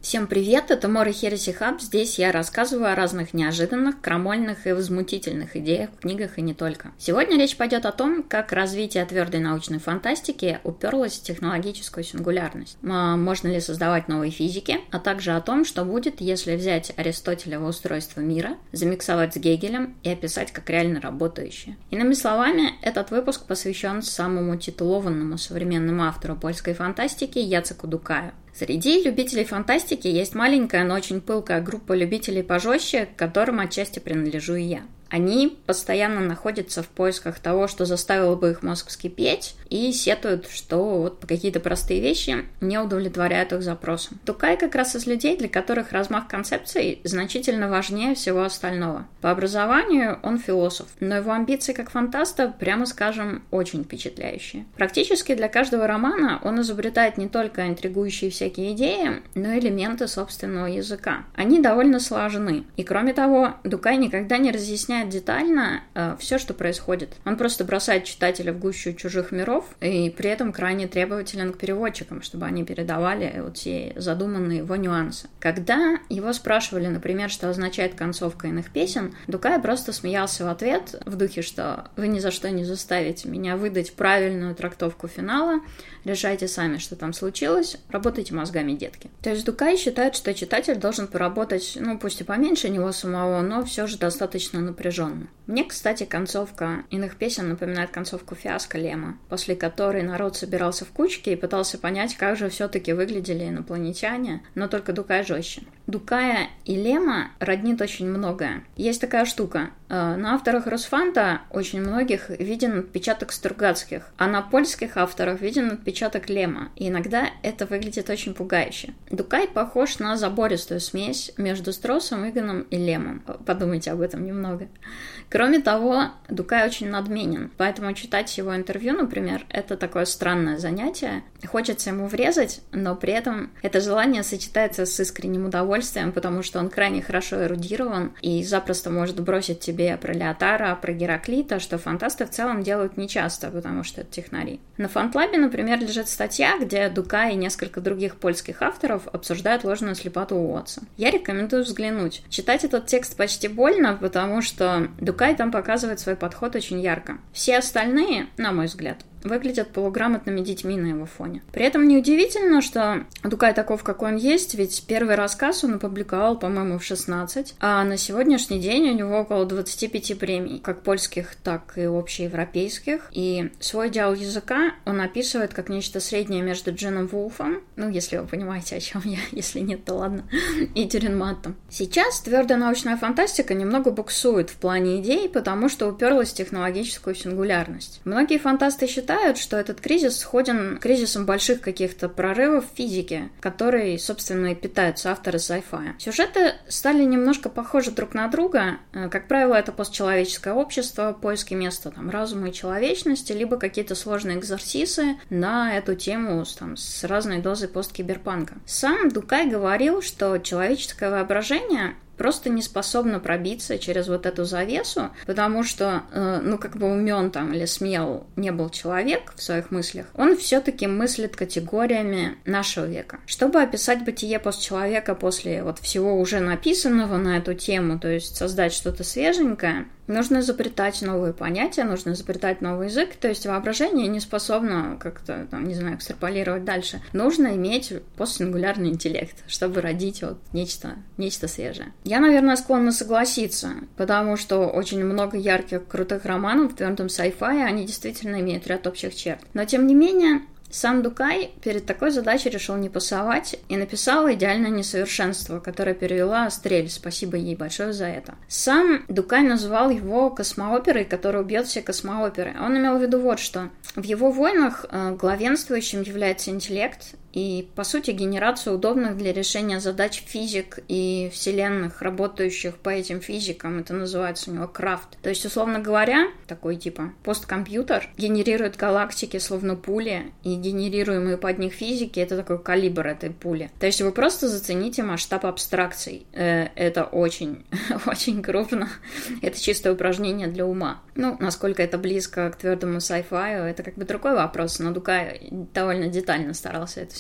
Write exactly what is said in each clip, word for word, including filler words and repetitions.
Всем привет, это Мора Хереси Хаб. Здесь я рассказываю о разных неожиданных, крамольных и возмутительных идеях в книгах и не только. Сегодня речь пойдет о том, как развитие твердой научной фантастики уперлось в технологическую сингулярность. Можно ли создавать новые физики, а также о том, что будет, если взять Аристотелево устройство мира, замиксовать с Гегелем и описать как реально работающее. Иными словами, этот выпуск посвящен самому титулованному современному автору польской фантастики Яцеку Дукаю. Среди любителей фантастики есть маленькая, но очень пылкая группа любителей пожестче, к которым отчасти принадлежу и я. Они постоянно находятся в поисках того, что заставило бы их мозг вскипеть, и сетуют, что вот какие-то простые вещи не удовлетворяют их запросам. Дукай как раз из людей, для которых размах концепций значительно важнее всего остального. По образованию он философ, но его амбиции как фантаста, прямо скажем, очень впечатляющие. Практически для каждого романа он изобретает не только интригующие всякие идеи, но и элементы собственного языка. Они довольно сложны, и кроме того, Дукай никогда не разъясняет детально э, все, что происходит. Он просто бросает читателя в гущу чужих миров и при этом крайне требователен к переводчикам, чтобы они передавали вот все задуманные его нюансы. Когда его спрашивали, например, что означает концовка иных песен, Дукай просто смеялся в ответ в духе, что вы ни за что не заставите меня выдать правильную трактовку финала, решайте сами, что там случилось, работайте мозгами, детки. То есть Дукай считает, что читатель должен поработать, ну пусть и поменьше него самого, но все же достаточно напряженно. Мне, кстати, концовка иных песен напоминает концовку «Фиаско» Лема, после которой народ собирался в кучки и пытался понять, как же все-таки выглядели инопланетяне, но только Дукай жестче. Дукая и Лема роднит очень многое. Есть такая штука. На авторах Росфанта очень многих виден отпечаток Стругацких, а на польских авторах виден отпечаток Лема, и иногда это выглядит очень пугающе. Дукай похож на забористую смесь между Стросом, Игоном и Лемом. Подумайте об этом немного. Кроме того, Дукай очень надменен, поэтому читать его интервью, например, это такое странное занятие. Хочется ему врезать, но при этом это желание сочетается с искренним удовольствием, потому что он крайне хорошо эрудирован и запросто может бросить тебе про Леотара, про Гераклита, что фантасты в целом делают нечасто, потому что это технари. На Фантлабе, например, лежит статья, где Дукай и несколько других польских авторов обсуждают ложную слепоту Уотса. Я рекомендую взглянуть. Читать этот текст почти больно, потому что Дукай там показывает свой подход очень ярко. Все остальные, на мой взгляд, выглядят полуграмотными детьми на его фоне. При этом неудивительно, что Дукай таков, какой он есть, ведь первый рассказ он опубликовал, по-моему, в шестнадцать, а на сегодняшний день у него около двадцати пяти премий, как польских, так и общеевропейских, и свой идеал языка он описывает как нечто среднее между Джином Вулфом, ну, если вы понимаете, о чем я, если нет, то ладно, и Дюрренматтом. Сейчас твердая научная фантастика немного буксует в плане идей, потому что уперлась в технологическую сингулярность. Многие фантасты считают, что этот кризис сходен кризисом больших каких-то прорывов в физике, которые, собственно, и питаются авторы sci-fi. Сюжеты стали немножко похожи друг на друга. Как правило, это постчеловеческое общество, поиски места там, разума и человечности, либо какие-то сложные экзорсисы на эту тему там, с разной дозой посткиберпанка. Сам Дукай говорил, что человеческое воображение просто не способна пробиться через вот эту завесу, потому что, э, ну, как бы умен там или смел не был человек в своих мыслях, он все-таки мыслит категориями нашего века. Чтобы описать бытие постчеловека после вот всего уже написанного на эту тему, то есть создать что-то свеженькое, нужно изобретать новые понятия, нужно изобретать новый язык, то есть воображение не способно как-то, там, не знаю, экстраполировать дальше. Нужно иметь постсингулярный интеллект, чтобы родить вот нечто, нечто свежее. Я, наверное, склонна согласиться, потому что очень много ярких, крутых романов в твердом sci-fi, они действительно имеют ряд общих черт. Но, тем не менее, сам Дукай перед такой задачей решил не пасовать и написал «Идеальное несовершенство», которое перевела Астрель, спасибо ей большое за это. Сам Дукай называл его космооперой, которая убьет все космооперы. Он имел в виду вот что. В его войнах главенствующим является интеллект, и, по сути, генерация удобных для решения задач физик и вселенных, работающих по этим физикам, это называется у него крафт. То есть, условно говоря, такой типа посткомпьютер генерирует галактики словно пули, и генерируемые под них физики — это такой калибр этой пули. То есть вы просто зацените масштаб абстракций. Это очень, очень крупно. Это чистое упражнение для ума. Ну, насколько это близко к твердому sci-fi, это как бы другой вопрос, но Дукай довольно детально старался это все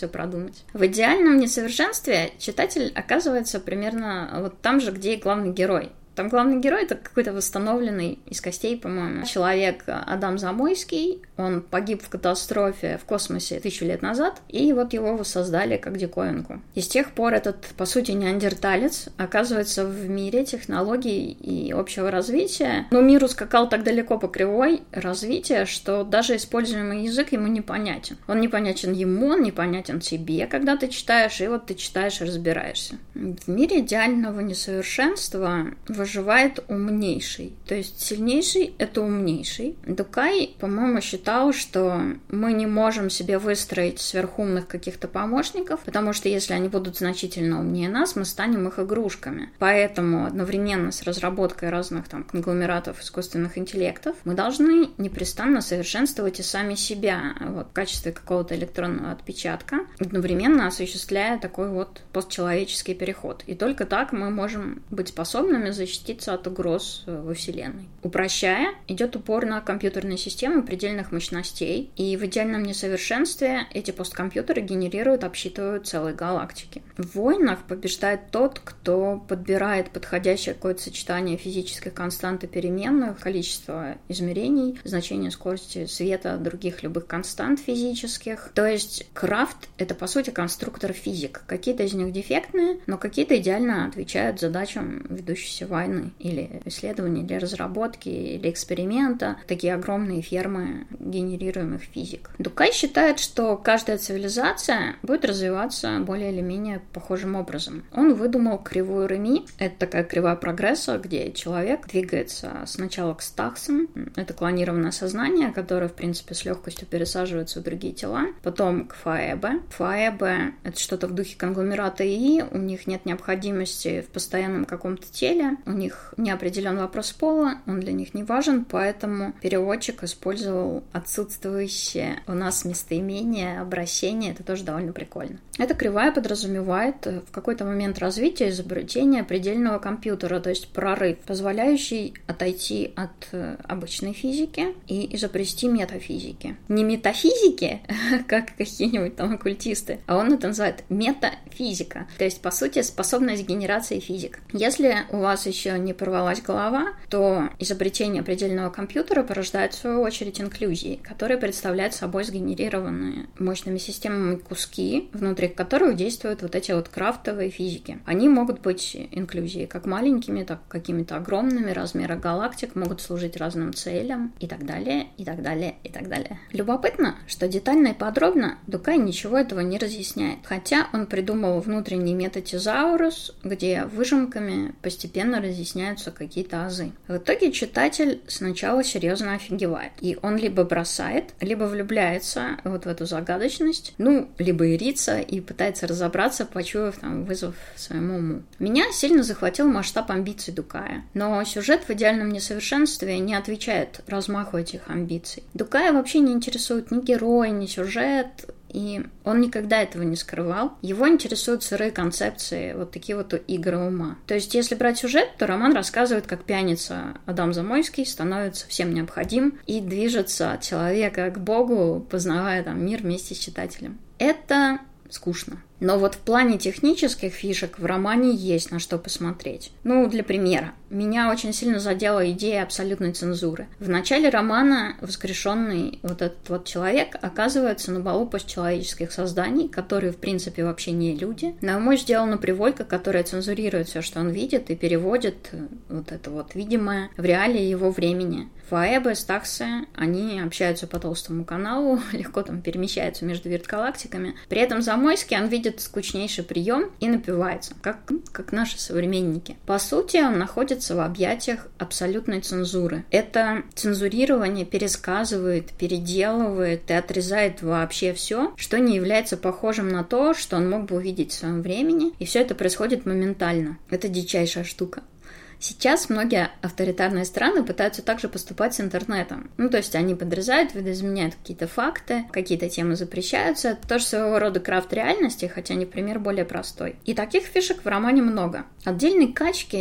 все продумать. В идеальном несовершенстве читатель оказывается примерно вот там же, где и главный герой. Там главный герой — это какой-то восстановленный из костей, по-моему, человек Адам Замойский. Он погиб в катастрофе в космосе тысячу лет назад, и вот его воссоздали как диковинку. И с тех пор этот, по сути, неандерталец оказывается в мире технологий и общего развития. Но мир ускакал так далеко по кривой развития, что даже используемый язык ему непонятен. Он непонятен ему, он непонятен тебе, когда ты читаешь, и вот ты читаешь и разбираешься. В мире идеального несовершенства выживает умнейший. То есть сильнейший — это умнейший. Дукай, по-моему, считал, что мы не можем себе выстроить сверхумных каких-то помощников, потому что если они будут значительно умнее нас, мы станем их игрушками. Поэтому одновременно с разработкой разных там конгломератов искусственных интеллектов мы должны непрестанно совершенствовать и сами себя вот, в качестве какого-то электронного отпечатка, одновременно осуществляя такой вот постчеловеческий переход. И только так мы можем быть способными защитить защититься от угроз во Вселенной. Упрощая, идет упор на компьютерные системы предельных мощностей, и в идеальном несовершенстве эти посткомпьютеры генерируют, обсчитывают целые галактики. В войнах побеждает тот, кто подбирает подходящее какое-то сочетание физических констант и переменных, количество измерений, значение скорости света, других любых констант физических. То есть крафт — это, по сути, конструктор физик. Какие-то из них дефектные, но какие-то идеально отвечают задачам ведущейся войны или исследований, или разработки, или эксперимента, такие огромные фермы генерируемых физик. Дукай считает, что каждая цивилизация будет развиваться более или менее похожим образом. Он выдумал кривую Реми. Это такая кривая прогресса, где человек двигается сначала к стаксам, это клонированное сознание, которое, в принципе, с легкостью пересаживается в другие тела, потом к фаэбе. Фаэбе — это что-то в духе конгломерата ИИ, у них нет необходимости в постоянном каком-то теле, у них не определен вопрос пола, он для них не важен, поэтому переводчик использовал отсутствующее у нас местоимение, обращение, это тоже довольно прикольно. Эта кривая подразумевает в какой-то момент развития изобретения предельного компьютера, то есть прорыв, позволяющий отойти от обычной физики и изобрести метафизики. Не метафизики, как какие-нибудь там оккультисты, а он это называет метафизика, то есть, по сути, способность генерации физик. Если у вас еще не порвалась голова, то изобретение предельного компьютера порождает, в свою очередь, инклюзии, которые представляют собой сгенерированные мощными системами куски, внутри которых действуют вот эти вот крафтовые физики. Они могут быть инклюзии как маленькими, так и какими-то огромными, размера галактик, могут служить разным целям и так далее, и так далее, и так далее. Любопытно, что детально и подробно Дукай ничего этого не разъясняет, хотя он придумал внутренний метатезаурус, где выжимками постепенно разъясняются какие-то азы. В итоге читатель сначала серьезно офигевает, и он либо бросает, либо влюбляется вот в эту загадочность, ну, либо ирится и пытается разобраться, почуяв там вызов своему уму. Меня сильно захватил масштаб амбиций Дукая, но сюжет в идеальном несовершенстве не отвечает размаху этих амбиций. Дукая вообще не интересует ни герой, ни сюжет, и он никогда этого не скрывал. Его интересуют сырые концепции, вот такие вот игры ума. То есть, если брать сюжет, то роман рассказывает, как пьяница Адам Замойский становится всем необходим и движется от человека к Богу, познавая там мир вместе с читателем. Это скучно. Но вот в плане технических фишек в романе есть на что посмотреть. Ну, для примера. Меня очень сильно задела идея абсолютной цензуры. В начале романа воскрешенный вот этот вот человек оказывается на балу постчеловеческих созданий, которые, в принципе, вообще не люди. На ему сделана приволька, которая цензурирует все, что он видит, и переводит вот это вот видимое в реалии его времени. Фаэбе, Стаксы, они общаются по толстому каналу, легко там перемещаются между виртгалактиками. При этом Замойский, он видит скучнейший прием и напивается, как, как наши современники. По сути, он находится в объятиях абсолютной цензуры. Это цензурирование пересказывает, переделывает и отрезает вообще все, что не является похожим на то, что он мог бы увидеть в своем времени, и все это происходит моментально. Это дичайшая штука. Сейчас многие авторитарные страны пытаются также поступать с интернетом. Ну, то есть они подрезают, видоизменяют какие-то факты, какие-то темы запрещаются. Это тоже своего рода крафт реальности, хотя не пример более простой. И таких фишек в романе много. Отдельной качки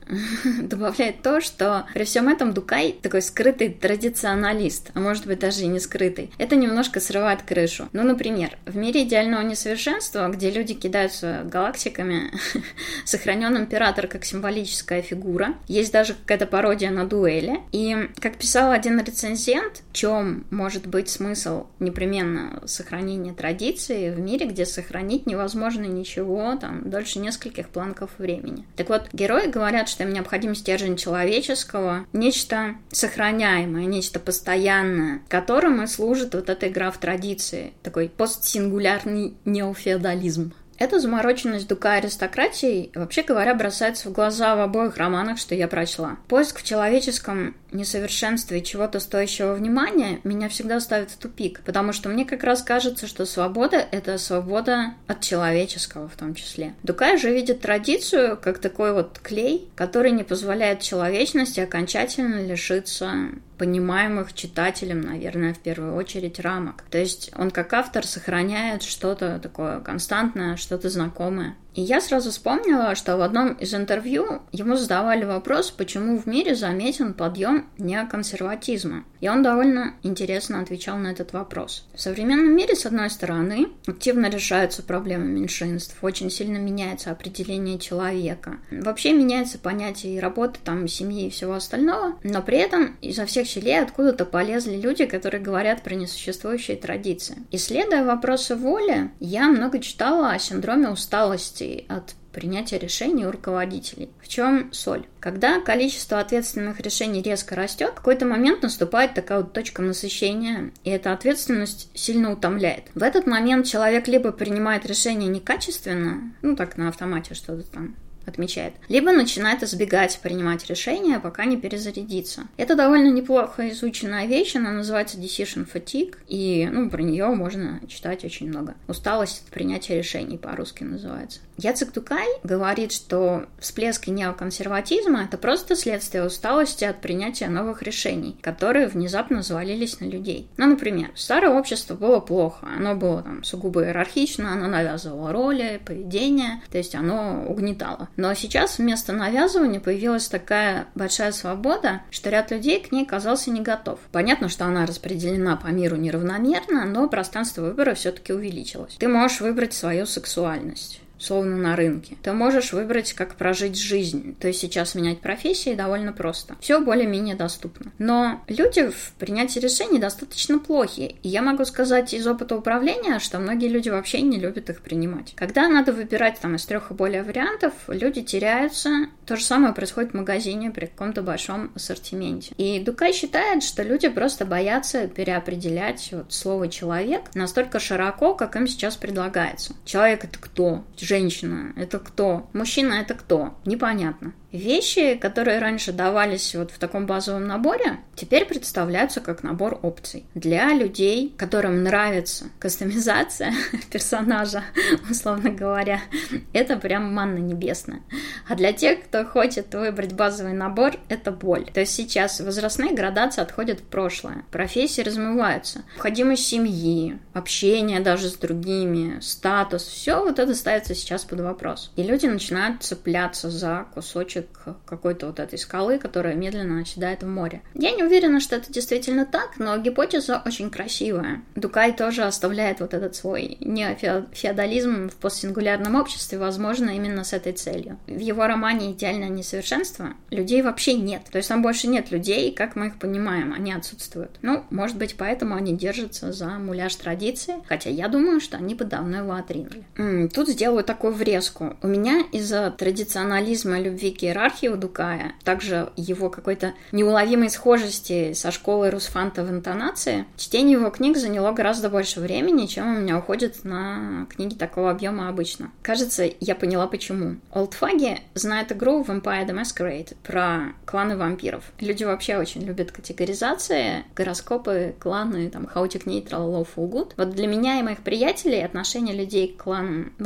добавляет то, что при всем этом Дукай такой скрытый традиционалист, а может быть даже и не скрытый. Это немножко срывает крышу. Ну, например, в мире идеального несовершенства, где люди кидаются галактиками, сохранен император как символическая фигура. Есть даже какая-то пародия на дуэли. И, как писал один рецензент, в чем может быть смысл непременно сохранения традиции в мире, где сохранить невозможно ничего, там, дольше нескольких планков времени. Так вот, герои говорят, что им необходим стержень человеческого, нечто сохраняемое, нечто постоянное, которым и служит вот эта игра в традиции, такой постсингулярный неофеодализм. Эта замороченность Дукая аристократии, вообще говоря, бросается в глаза в обоих романах, что я прочла. Поиск в человеческом несовершенстве чего-то стоящего внимания меня всегда ставит в тупик, потому что мне как раз кажется, что свобода — это свобода от человеческого в том числе. Дукай же видит традицию как такой вот клей, который не позволяет человечности окончательно лишиться понимаемых читателям, наверное, в первую очередь рамок. То есть он как автор сохраняет что-то такое константное, что-то знакомое. И я сразу вспомнила, что в одном из интервью ему задавали вопрос, почему в мире заметен подъем неоконсерватизма. И он довольно интересно отвечал на этот вопрос. В современном мире, с одной стороны, активно решаются проблемы меньшинств, очень сильно меняется определение человека. Вообще меняется понятие и работы, там, семьи и всего остального, но при этом изо всех щелей откуда-то полезли люди, которые говорят про несуществующие традиции. Исследуя вопросы воли, я много читала о синдроме усталости от принятия решений у руководителей. В чем соль? Когда количество ответственных решений резко растет, в какой-то момент наступает такая вот точка насыщения, и эта ответственность сильно утомляет. В этот момент человек либо принимает решение некачественно, ну так на автомате что-то там отмечает, либо начинает избегать принимать решения, пока не перезарядится. Это довольно неплохо изученная вещь, она называется decision fatigue, и ну, про нее можно читать очень много. Усталость от принятия решений по-русски называется. Яцек Дукай говорит, что всплески неоконсерватизма — это просто следствие усталости от принятия новых решений, которые внезапно завалились на людей. Ну, например, старое общество было плохо, оно было там сугубо иерархично, оно навязывало роли, поведение, то есть оно угнетало. Но сейчас вместо навязывания появилась такая большая свобода, что ряд людей к ней казался не готов. Понятно, что она распределена по миру неравномерно, но пространство выбора все-таки увеличилось. Ты можешь выбрать свою сексуальность, словно на рынке. Ты можешь выбрать, как прожить жизнь. То есть сейчас менять профессии довольно просто. Все более-менее доступно. Но люди в принятии решений достаточно плохи. И я могу сказать из опыта управления, что многие люди вообще не любят их принимать. Когда надо выбирать там из трех и более вариантов, люди теряются. То же самое происходит в магазине при каком-то большом ассортименте. И Дукай считает, что люди просто боятся переопределять вот слово «человек» настолько широко, как им сейчас предлагается. Человек — это кто? Женщина — это кто? Мужчина — это кто? Непонятно. Вещи, которые раньше давались вот в таком базовом наборе, теперь представляются как набор опций. Для людей, которым нравится кастомизация персонажа, условно говоря, это прям манна небесная. А для тех, кто хочет выбрать базовый набор, это боль. То есть сейчас возрастные градации отходят в прошлое. Профессии размываются. Необходимость семьи, общение даже с другими, статус, все вот это ставится сейчас под вопрос. И люди начинают цепляться за кусочек какой-то вот этой скалы, которая медленно оседает в море. Я не уверена, что это действительно так, но гипотеза очень красивая. Дукай тоже оставляет вот этот свой неофеодализм в постсингулярном обществе, возможно, именно с этой целью. В его романе «Идеальное несовершенство» людей вообще нет. То есть там больше нет людей, как мы их понимаем, они отсутствуют. Ну, может быть, поэтому они держатся за муляж традиции, хотя я думаю, что они бы давно его отринули. М-м, тут сделаю такую врезку. У меня из-за традиционализма любви к иерархии у Дукая, также его какой-то неуловимой схожести со школой Русфанта в интонации, чтение его книг заняло гораздо больше времени, чем у меня уходит на книги такого объема обычно. Кажется, я поняла почему. Олдфаги знает игру Vampire the Masquerade про кланы вампиров. Люди вообще очень любят категоризации, гороскопы, кланы, там, Chaotic Neutral, Lawful Good. Вот для меня и моих приятелей отношение людей к кланам Vampire the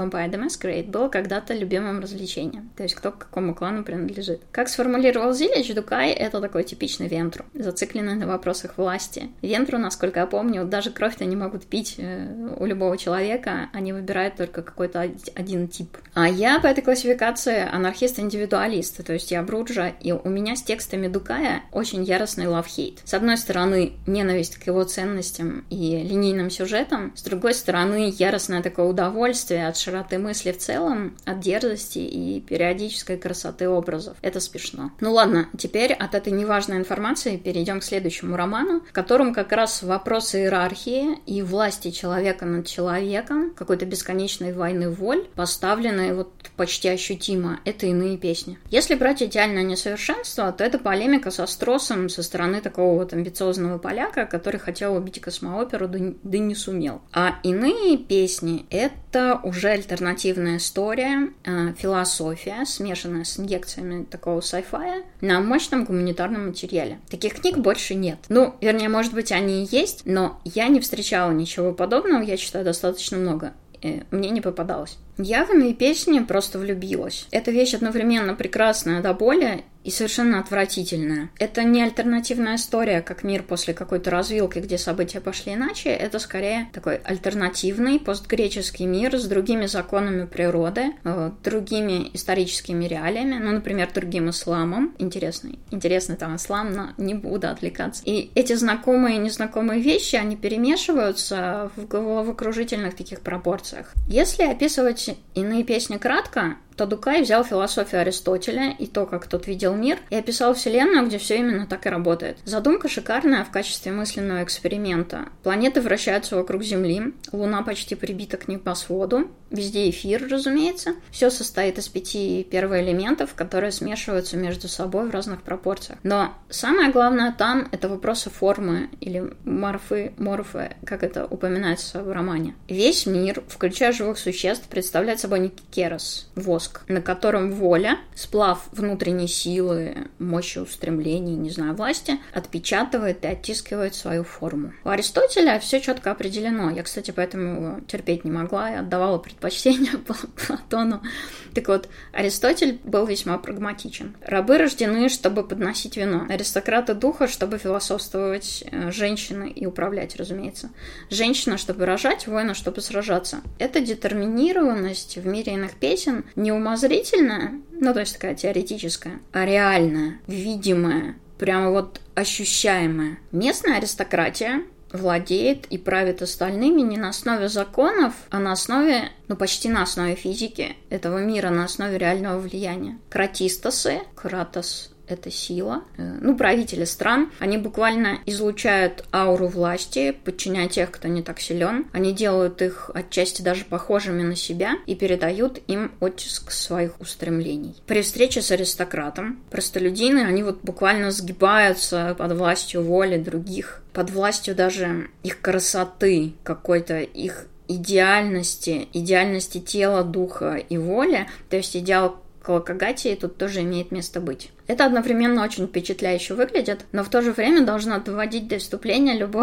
Masquerade было когда-то любимым развлечением. То есть кто к какому клану принадлежит. Как сформулировал Зилич, Дукай — это такой типичный Вентру, зацикленный на вопросах власти. Вентру, насколько я помню, даже кровь-то не могут пить у любого человека, они выбирают только какой-то один тип. А я по этой классификации анархист-индивидуалист, то есть я Бруджа, и у меня с текстами Дукая очень яростный лав-хейт. С одной стороны, ненависть к его ценностям и линейным сюжетам, с другой стороны, яростное такое удовольствие от широты мысли в целом, от дерзости и периодической красоты образов. Это смешно. Ну ладно, теперь от этой неважной информации перейдем к следующему роману, в котором как раз вопросы иерархии и власти человека над человеком, какой-то бесконечной войны воль, поставлены вот почти ощутимо. Это «Иные песни». Если брать идеальное несовершенство, то это полемика со Стросом со стороны такого вот амбициозного поляка, который хотел убить космооперу, да, да не сумел. А «Иные песни» — это уже альтернативная история, э, философия, смешанная с инъекциями такого сайфая на мощном гуманитарном материале. Таких книг больше нет. Ну, вернее, может быть, они и есть, но я не встречала ничего подобного, я читаю достаточно много. Мне не попадалось. Я в «Иные песни» просто влюбилась. Эта вещь одновременно прекрасная до боли и совершенно отвратительная. Это не альтернативная история, как мир после какой-то развилки, где события пошли иначе. Это скорее такой альтернативный постгреческий мир с другими законами природы, другими историческими реалиями, ну, например, другим исламом. Интересный, интересный там ислам, но не буду отвлекаться. И эти знакомые и незнакомые вещи, они перемешиваются в головокружительных таких пропорциях. Если описывать «Иные песни» кратко, то Дукай взял философию Аристотеля и то, как тот видел мир, и описал вселенную, где все именно так и работает. Задумка шикарная в качестве мысленного эксперимента. Планеты вращаются вокруг Земли, Луна почти прибита к небосводу, везде эфир, разумеется. Все состоит из пяти первоэлементов, которые смешиваются между собой в разных пропорциях. Но самое главное там — это вопросы формы или морфы, морфы, как это упоминается в романе. Весь мир, включая живых существ, представляет собой некий керос, воск, на котором воля, сплав внутренней силы, мощи устремлений, не знаю, власти, отпечатывает и оттискивает свою форму. У Аристотеля все четко определено. Я, кстати, поэтому его терпеть не могла и отдавала предпочтение Платону. Так вот, Аристотель был весьма прагматичен. Рабы рождены, чтобы подносить вино. Аристократы духа, чтобы философствовать, женщины и управлять, разумеется. Женщина, чтобы рожать, воина, чтобы сражаться. Эта детерминированность в мире иных песен не умозрительная, ну, то есть такая теоретическая, а реальная, видимая, прямо вот ощущаемая. Местная аристократия владеет и правит остальными не на основе законов, а на основе, ну, почти на основе физики этого мира, на основе реального влияния. Кратистосы, кратос — это сила. Ну, правители стран, они буквально излучают ауру власти, подчиняя тех, кто не так силен. Они делают их отчасти даже похожими на себя и передают им оттиск своих устремлений. При встрече с аристократом простолюдины, они вот буквально сгибаются под властью воли других, под властью даже их красоты, какой-то их идеальности, идеальности тела, духа и воли. То есть идеал Калакагатии тут тоже имеет место быть. Это одновременно очень впечатляюще выглядит, но в то же время должно доводить до вступления любого,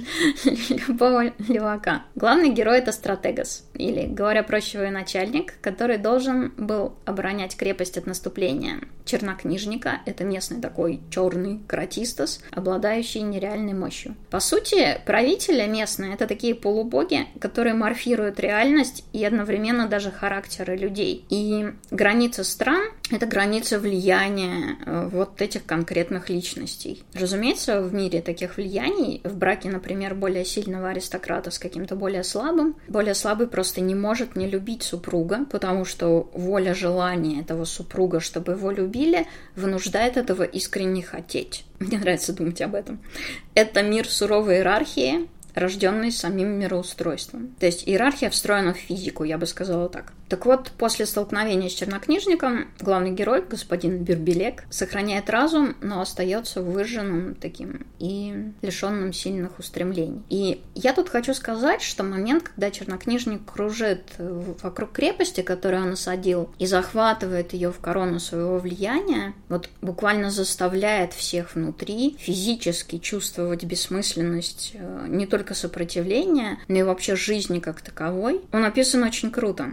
любого левака. Главный герой — это стратегос, или, говоря проще, военачальник, который должен был оборонять крепость от наступления чернокнижника. Это местный такой черный кратистос, обладающий нереальной мощью. По сути, правители местные — это такие полубоги, которые морфируют реальность и одновременно даже характеры людей. И границы стран — это границы влияния вот этих конкретных личностей. Разумеется, в мире таких влияний, в браке, например, более сильного аристократа с каким-то более слабым, более слабый просто не может не любить супруга, потому что воля желания этого супруга, чтобы его любили, вынуждает этого искренне хотеть. Мне нравится думать об этом. Это мир суровой иерархии, рожденный самим мироустройством. То есть иерархия встроена в физику, я бы сказала так. Так вот, после столкновения с чернокнижником главный герой, господин Бирбилек, сохраняет разум, но остается выжженным таким и лишенным сильных устремлений. И я тут хочу сказать, что момент, когда чернокнижник кружит вокруг крепости, которую он осадил, и захватывает ее в корону своего влияния, вот буквально заставляет всех внутри физически чувствовать бессмысленность не только сопротивления, но и вообще жизни как таковой. Он описан очень круто. Там всего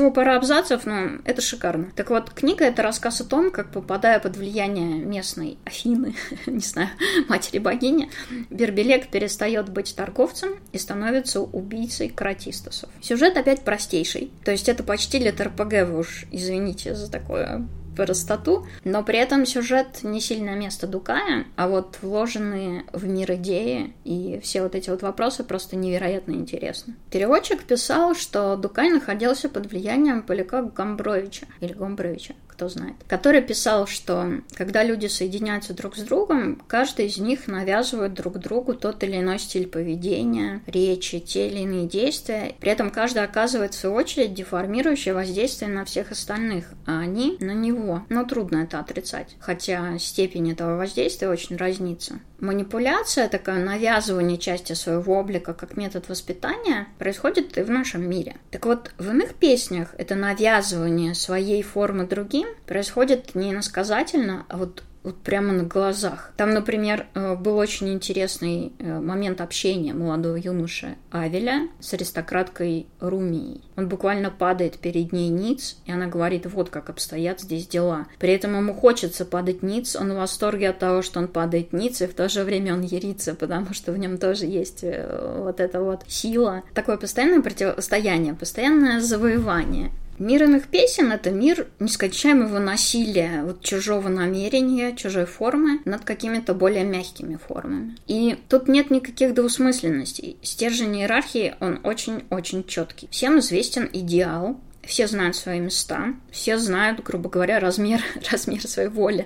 всего пара абзацев, но это шикарно. Так вот, книга — это рассказ о том, как, попадая под влияние местной Афины, не знаю, матери-богини, Бербилек перестает быть торговцем и становится убийцей каратистосов. Сюжет опять простейший, то есть это почти лет-эр-пэ-гэ, вы уж извините за такое простоту, но при этом сюжет не сильное место Дукая, а вот вложенные в мир идеи и все вот эти вот вопросы просто невероятно интересны. Переводчик писал, что Дукай находился под влиянием Поляка Гомбровича, или Гомбровича, кто знает, который писал, что когда люди соединяются друг с другом, каждый из них навязывает друг другу тот или иной стиль поведения, речи, те или иные действия. При этом каждый оказывает, в свою очередь, деформирующее воздействие на всех остальных, а они на него. Но трудно это отрицать, хотя степень этого воздействия очень разнится. Манипуляция, такое навязывание части своего облика как метод воспитания, происходит и в нашем мире. Так вот, в иных песнях это навязывание своей формы другим происходит не иносказательно, а вот вот прямо на глазах. Там, например, был очень интересный момент общения молодого юноши Авеля с аристократкой Румией. Он буквально падает перед ней ниц, и она говорит, вот как обстоят здесь дела. При этом ему хочется падать ниц, он в восторге от того, что он падает ниц, и в то же время он ярится, потому что в нем тоже есть вот эта вот сила. Такое постоянное противостояние, постоянное завоевание. Мир иных песен — это мир нескончаемого насилия, вот чужого намерения, чужой формы над какими-то более мягкими формами. И тут нет никаких двусмысленностей. Стержень иерархии, он очень-очень четкий. Всем известен идеал, все знают свои места, все знают, грубо говоря, размер, размер своей воли.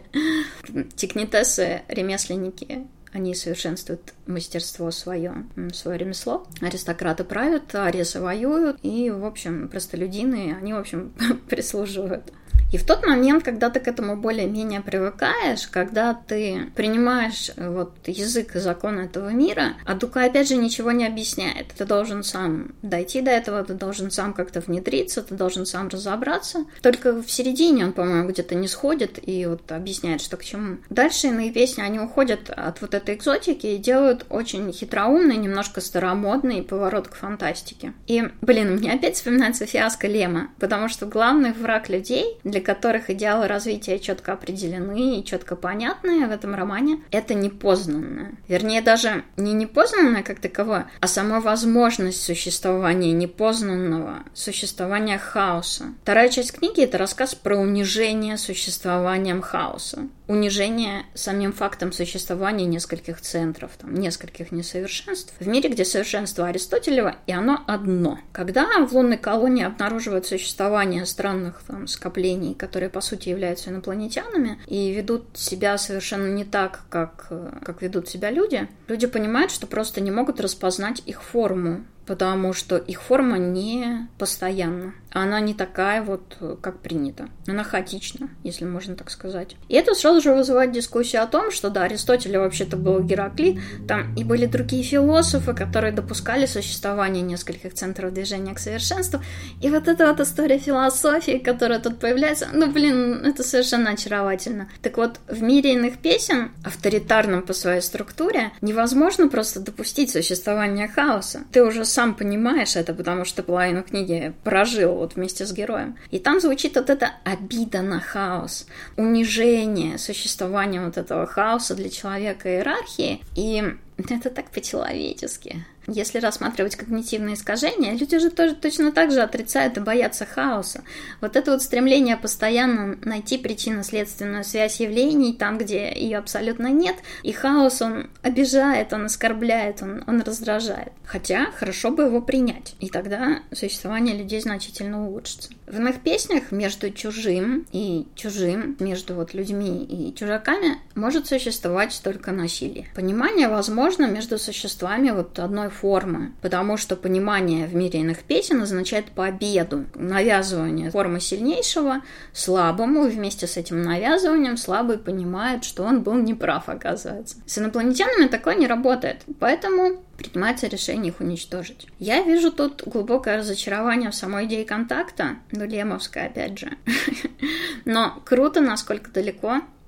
Тикнитесы, ремесленники, они совершенствуют мастерство свое, свое ремесло. Аристократы правят, аресы воюют, и, в общем, простолюдины, они, в общем, прислуживают. И в тот момент, когда ты к этому более-менее привыкаешь, когда ты принимаешь вот язык и закон этого мира, а Дукай, опять же, ничего не объясняет. Ты должен сам дойти до этого, ты должен сам как-то внедриться, ты должен сам разобраться. Только в середине он, по-моему, где-то не сходит и вот объясняет, что к чему. Дальше иные песни, они уходят от вот этой экзотики и делают очень хитроумный, немножко старомодный поворот к фантастике. И, блин, мне опять вспоминается фиаско Лема, потому что главный враг людей, для которых идеалы развития четко определены и четко понятные в этом романе, это непознанное. Вернее, даже не непознанное как таковое, а сама возможность существования непознанного, существования хаоса. Вторая часть книги — это рассказ про унижение существованием хаоса. Унижение самим фактом существования нескольких центров, там, нескольких несовершенств. В мире, где совершенство Аристотелева, и оно одно. Когда в лунной колонии обнаруживают существование странных там, скоплений, которые, по сути, являются инопланетянами, и ведут себя совершенно не так, как, как ведут себя люди, люди понимают, что просто не могут распознать их форму, потому что их форма не постоянна. Она не такая вот, как принято. Она хаотична, если можно так сказать. И это сразу же вызывает дискуссию о том, что да, Аристотеля вообще-то был Гераклит, там и были другие философы, которые допускали существование нескольких центров движения к совершенству. И вот эта вот история философии, которая тут появляется, ну, блин, это совершенно очаровательно. Так вот, в мире иных песен, авторитарном по своей структуре, невозможно просто допустить существование хаоса. Ты уже сам понимаешь это, потому что половину книги прожил вот вместе с героем. И там звучит вот эта обида на хаос, унижение существования вот этого хаоса для человека иерархии. И это так по-человечески. Если рассматривать когнитивные искажения, люди же тоже точно так же отрицают и боятся хаоса. Вот это вот стремление постоянно найти причинно-следственную связь явлений там, где ее абсолютно нет, и хаос, он обижает, он оскорбляет, он, он раздражает. Хотя хорошо бы его принять, и тогда существование людей значительно улучшится. В иных песнях между чужим и чужим, между вот людьми и чужаками, может существовать только насилие. Понимание возможно между существами вот одной формы, потому что понимание в мире иных песен означает победу, навязывание формы сильнейшего слабому, и вместе с этим навязыванием слабый понимает, что он был неправ, оказывается. С инопланетянами такое не работает, поэтому принимается решение их уничтожить. Я вижу тут глубокое разочарование в самой идее контакта, ну, лемовская, опять же. Но круто, насколько далеко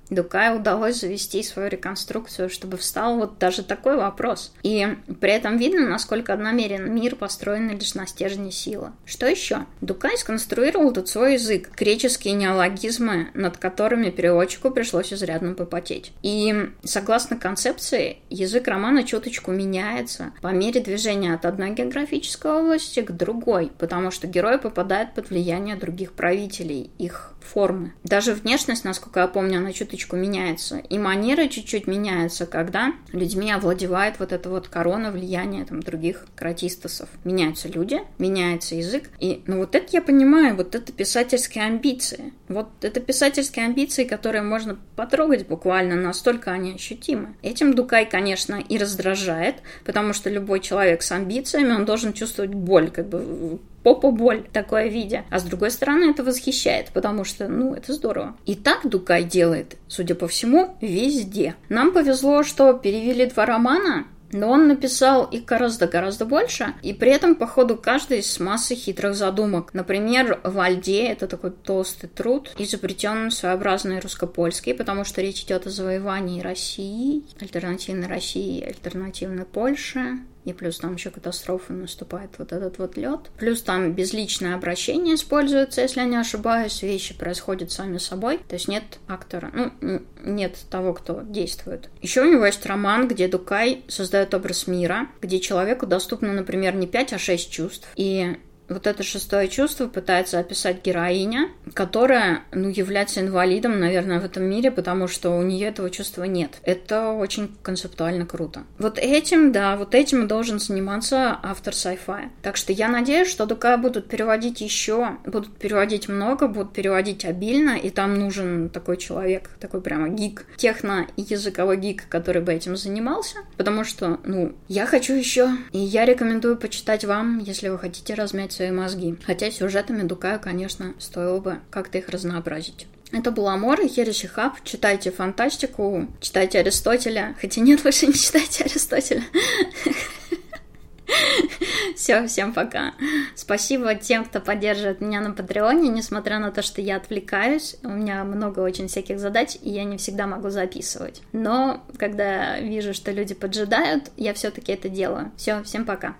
Дукаю удалось завести свою реконструкцию, чтобы встал вот даже такой вопрос. И при этом видно, насколько одномерен мир, построенный лишь на стержне силы. Что еще? Дукай сконструировал тут свой язык, греческие неологизмы, над которыми переводчику пришлось изрядно попотеть. И согласно концепции, язык романа чуточку меняется по мере движения от одной географической области к другой, потому что герой попадает под влияние других правителей, их формы. Даже внешность, насколько я помню, она чуточку меняется. И манеры чуть-чуть меняются, когда людьми овладевает вот эта вот корона влияния там, других кратистосов. Меняются люди, меняется язык. И, ну вот это я понимаю, вот это писательские амбиции. Вот это писательские амбиции, которые можно потрогать буквально, настолько они ощутимы. Этим Дукай, конечно, и раздражает, потому что любой человек с амбициями, он должен чувствовать боль, как бы попа боль такое видя. А с другой стороны, это восхищает, потому что, ну, это здорово. И так Дукай делает, судя по всему, везде. Нам повезло, что перевели два романа, но он написал их гораздо-гораздо больше, и при этом, походу, каждый с массой хитрых задумок. Например, «Вальде» — это такой толстый труд, изобретенный своеобразный русско-польский, потому что речь идет о завоевании России, альтернативной России, альтернативной Польши. И плюс там еще катастрофа наступает, вот этот вот лед. Плюс там безличное обращение используется, если я не ошибаюсь. Вещи происходят сами собой. То есть нет актора, ну, нет того, кто действует. Еще у него есть роман, где Дукай создает образ мира, где человеку доступно, например, не пять, а шесть чувств. И вот это шестое чувство пытается описать героиня, которая, ну, является инвалидом, наверное, в этом мире, потому что у нее этого чувства нет. Это очень концептуально круто. Вот этим, да, вот этим должен заниматься автор sci-fi. Так что я надеюсь, что Дукая будут переводить еще, будут переводить много, будут переводить обильно, и там нужен такой человек, такой прямо гик, техно-языковой гик, который бы этим занимался, потому что, ну, я хочу еще, и я рекомендую почитать вам, если вы хотите размять свои мозги. Хотя сюжетами Дукаю, конечно, стоило бы как-то их разнообразить. Это был Амор и Хироси Хаб. Читайте фантастику, читайте Аристотеля. Хотя нет, лучше не читайте Аристотеля. Все, всем пока. Спасибо тем, кто поддерживает меня на Патреоне, несмотря на то, что я отвлекаюсь. У меня много очень всяких задач, и я не всегда могу записывать. Но когда вижу, что люди поджидают, я все-таки это делаю. Все, всем пока.